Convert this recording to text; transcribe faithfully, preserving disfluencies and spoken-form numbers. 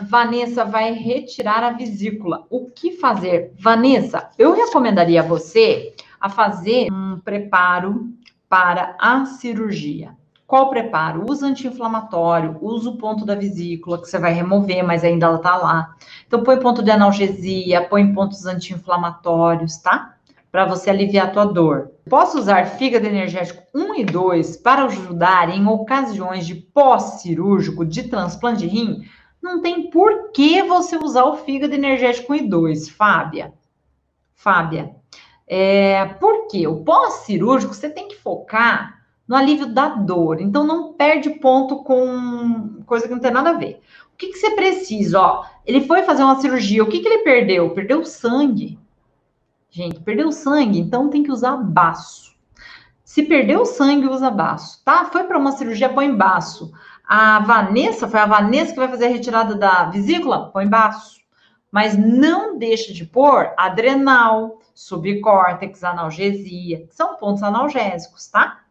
Vanessa vai retirar a vesícula. O que fazer? Vanessa, eu recomendaria a você a fazer um preparo para a cirurgia. Qual preparo? Usa anti-inflamatório, usa o ponto da vesícula, que você vai remover, mas ainda ela tá lá. Então, põe ponto de analgesia, põe pontos anti-inflamatórios, tá? Para você aliviar a tua dor. Posso usar fígado energético um e dois para ajudar em ocasiões de pós-cirúrgico de transplante de rim? Não tem por que você usar o fígado energético um e dois, Fábia. Fábia, é, por quê? O pós-cirúrgico você tem que focar no alívio da dor. Então, não perde ponto com coisa que não tem nada a ver. O que, que você precisa? Ó, ele foi fazer uma cirurgia, o que, que ele perdeu? Perdeu sangue. Gente, perdeu sangue, então tem que usar baço. Se perdeu sangue, usa baço, tá? Foi para uma cirurgia, põe baço. A Vanessa, foi a Vanessa que vai fazer a retirada da vesícula? Põe baço. Mas não deixa de pôr adrenal, subcórtex, analgesia, que são pontos analgésicos, tá?